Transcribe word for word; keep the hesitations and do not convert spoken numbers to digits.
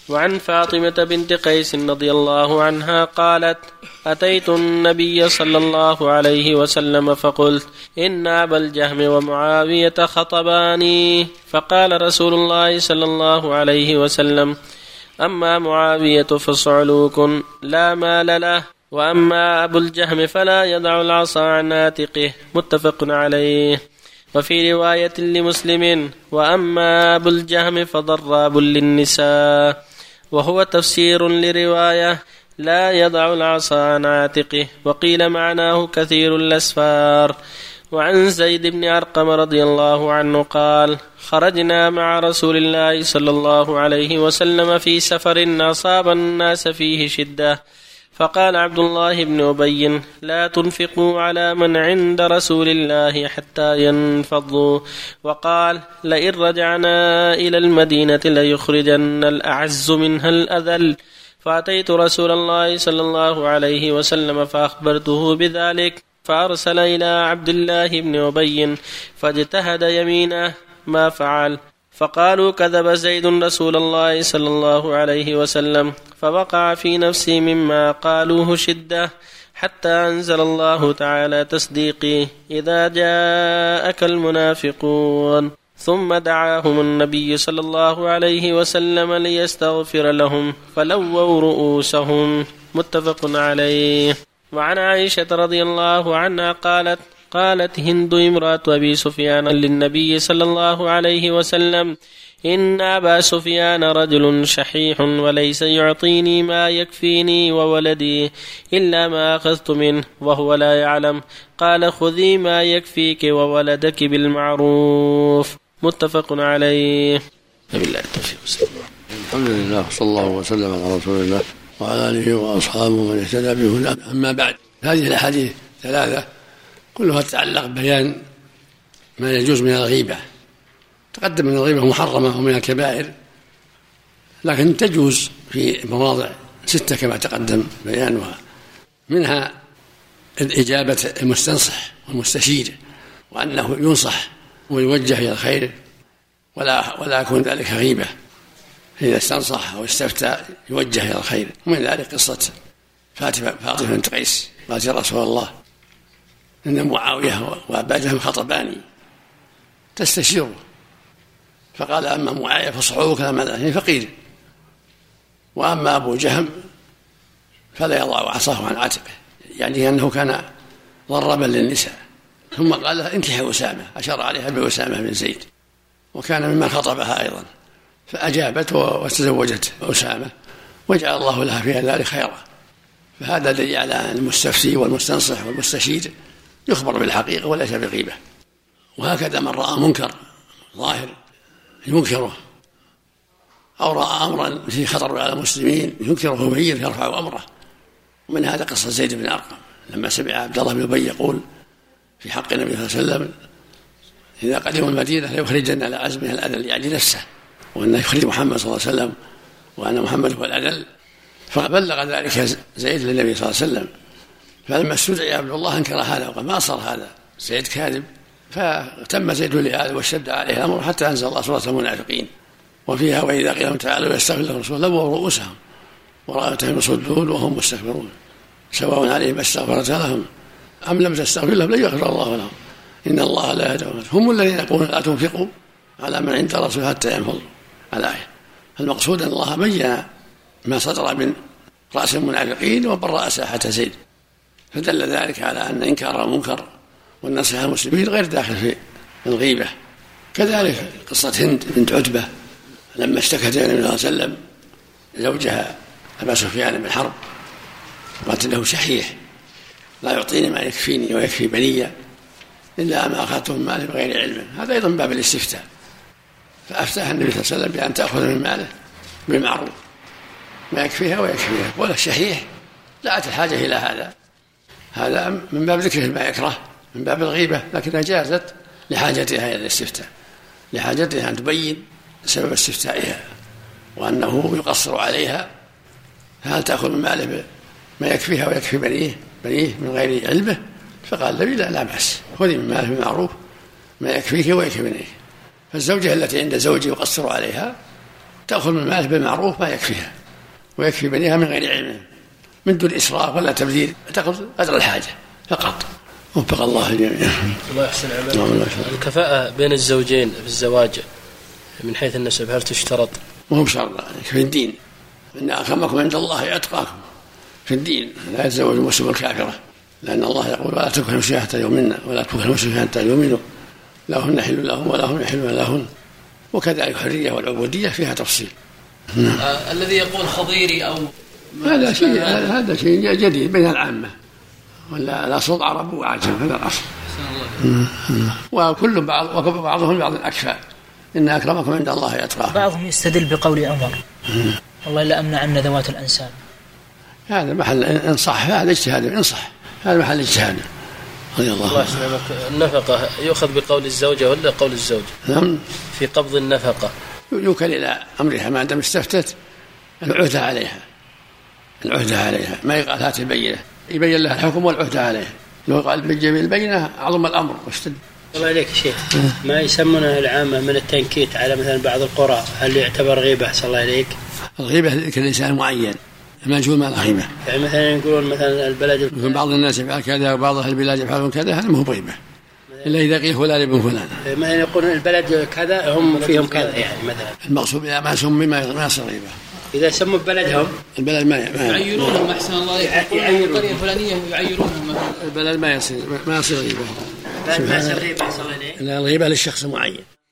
وعن فاطمة بنت قيس رضي الله عنها قالت: أتيت النبي صلى الله عليه وسلم فقلت: إن أبا الجهم ومعاوية خطباني، فقال رسول الله صلى الله عليه وسلم: أما معاوية فصعلوك لا مال له، وأما أبو الجهم فلا يدع العصا عن عاتقه. متفق عليه. وفي رواية لمسلم: وأما أبو الجهم فضراب للنساء، وهو تفسير لرواية لا يضع العصا عن عاتقه، وقيل معناه كثير الأسفار. وعن زيد بن أرقم رضي الله عنه قال: خرجنا مع رسول الله صلى الله عليه وسلم في سفر أصاب الناس فيه شدة، فقال عبد الله بن أبي: لا تنفقوا على من عند رسول الله حتى ينفضوا. وقال: لئن رجعنا إلى المدينة ليخرجن الأعز منها الأذل. فأتيت رسول الله صلى الله عليه وسلم فأخبرته بذلك، فأرسل إلى عبد الله بن أبي فاجتهد يمينه ما فعل، فقالوا: كذب زيد رسول الله صلى الله عليه وسلم. فوقع في نفسي مما قالوه شدة، حتى أنزل الله تعالى تصديقي: إذا جاءك المنافقون. ثم دعاهم النبي صلى الله عليه وسلم ليستغفر لهم، فلووا رؤوسهم. متفق عليه. وعن عائشة رضي الله عنها قالت: قالت هند امرأة أبي سفيان للنبي صلى الله عليه وسلم: إن أبا سفيان رجل شحيح وليس يعطيني ما يكفيني وولدي إلا ما أخذت منه وهو لا يعلم. قال: خذي ما يكفيك وولدك بالمعروف. متفق عليه. الحمد لله صلى الله وسلم على رسول الله وعلى آله وأصحابه من اهتدى بهداه. أما بعد، هذه الأحاديث ثلاثة كلها تتعلق بيان ما يجوز من الغيبة. تقدم من الغيبة محرمة ومن الكبائر، لكن تجوز في مواضع ستة كما تقدم بيانها، منها إجابة المستنصح والمستشير، وأنه ينصح ويوجه إلى الخير ولا ولا يكون ذلك غيبة. إذا استنصح أو استفتى يوجه إلى الخير. ومن ذلك قصة فاطمة بنت قيس قالت: يا رسول الله إن معاوية وأبا جهم خطباني تستشيره، فقال: أما معاوية فصعوك لا فقير، وأما أبو جهم فلا يضع عصاه عن عاتقه، يعني أنه كان ضربا للنساء. ثم قال لها: انكحي أسامة، أشار عليها بأسامة بن زيد، وكان ممن خطبها أيضا، فأجابت وتزوجت أسامة، وجعل الله لها فيها ذلك خيرا. فهذا الذي على المستفتي والمستنصح والمستشير يخبر بالحقيقة وليس بغيبة. وهكذا من رأى منكر ظاهر ينكره، أو رأى أمرا فيه خطر على المسلمين ينكره بين يرفع أمره. ومن هذا قصة زيد بن أرقم لما سمع عبد الله بن أبي يقول في حق النبي صلى الله عليه وسلم: إذا قدموا المدينة ليخرجن الأعز منها الأذل، يعني نفسه، وأنه يخرج محمد صلى الله عليه وسلم، وأن محمد هو الأذل. فبلغ ذلك زيد للنبي صلى الله عليه وسلم، فلما استدعي عبد الله انكر هذا وقال: ما صار هذا، زيد كاذب. فتم زيد لهذا واشتد عليه الأمر حتى أنزل الله سورة المنافقين، وفيها: وإذا قيل لهم تعالوا يستغفر لكم الرسول لووا رؤوسهم ورأيتهم يصدون وهم مستكبرون سواء عليهم استغفرت لهم أم لم تستغفر لهم لن يغفر الله لهم إن الله لا يهدي. هم الذين يقولون: لا تنفقوا على من عند الرسول حتى ينفضوا. الآية. المقصود أن الله بين ما صدر من رأس المنافقين وبرأ ساحة زيد، فدل ذلك على أن إنكار المنكر والنصح على المسلمين غير داخل في الغيبة. كذلك قصة هند بنت عتبة لما اشتكت النبي صلى الله عليه وسلم زوجها أبا سفيان بن حرب، قالت له: شحيح لا يعطيني ما يكفيني ويكفي بني إلا ما أخذته من ماله بغير علم. هذا أيضا باب الاستفتاء، فأفتاها النبي صلى الله عليه وسلم بأن تأخذ من ماله بالمعروف ما يكفيها ويكفيها. ولا الشحيح لا الحاجة إلى هذا، هذا من باب ذكره ما يكره من باب الغيبة، لكنها جازت لحاجتها إلى الاستفتاء، لحاجتها أن تبين سبب استفتائها وأنه يقصر عليها، هل تأخذ من ماله ما يكفيها ويكفي بنيه بنيه من غير علمه؟ فقال النبي: لا لا بأس، خذي من ماله بالمعروف ما يكفيك ويكفي بنيه. فالزوجة التي عند زوجها يقصر عليها تأخذ من ماله بالمعروف ما يكفيها ويكفي بنيها من غير علمه من دون إسراف ولا تبذير، تأخذ قدر الحاجة فقط. وفق الله الجميع. الله يحسن عملك. الكفاءة بين الزوجين في الزواج من حيث النسب هل تشترط؟ وهو شرط في الدين، إن أكرمكم عند الله أتقاكم في الدين. لا يتزوج المسلم الكافرة، لأن الله يقول ولا تكرهوا النساء حتى يؤمنن ولا تكرهوا النساء حتى يؤمنوا لا هن حل لهم ولا هم يحلون لهن. وكذلك الحرية والعبودية فيها تفصيل. آه الذي يقول خضيري أو هذا شيء هذا شيء جديد بين العامة، ولا الأصل عرب وعجم، هذا الأصل. وكل بعض وبعضهم بعض أكفى، إن أكرمكم عند الله أتقاكم. بعضهم يستدل بقول عمر والله لا أمنع عنا ذوات الأنساب. هذا محل إن صح، هذا اجتهاد إن صح، هذا محل اجتهاد. رضي الله عنه. النفقة يؤخذ بقول الزوجة ولا قول الزوج؟ نعم. في قبض النفقة يوكل إلى أمرها ما دام استفتت، العهدة عليها، العهدة عليها، ما يقال هات البينة، يبين لها الحكم والعهدة عليها. لو قال بيجيب البينة عظم الأمر واشتد. الله عليك شيخ، ما يسمونه العامة من التنكيت على مثلا بعض القرى، هل يعتبر غيبة؟ صلى الله عليك. الغيبة ذكر الإنسان معين، المجهول ما الغيبة. يعني مثلا يقولون مثلا البلد يقول بعض الناس يفعل كذا وبعض أهل البلاد يفعلون كذا، هذا ما هو غيبة إلا إذا قيل فلان ابن فلان. مثلا يقولون البلد كذا هم فيهم كذا، يعني مثلا المقصود إذا ما سمي ما يصير غيبة. إذا سموا بلدهم البلد ما يعيرونهم أحسن الله يعيرون القرية الفلانية يعيرونهم البلد ما يصير ما يصير غيبة. ما يصير غيبة. لا الغيبة للشخص معين.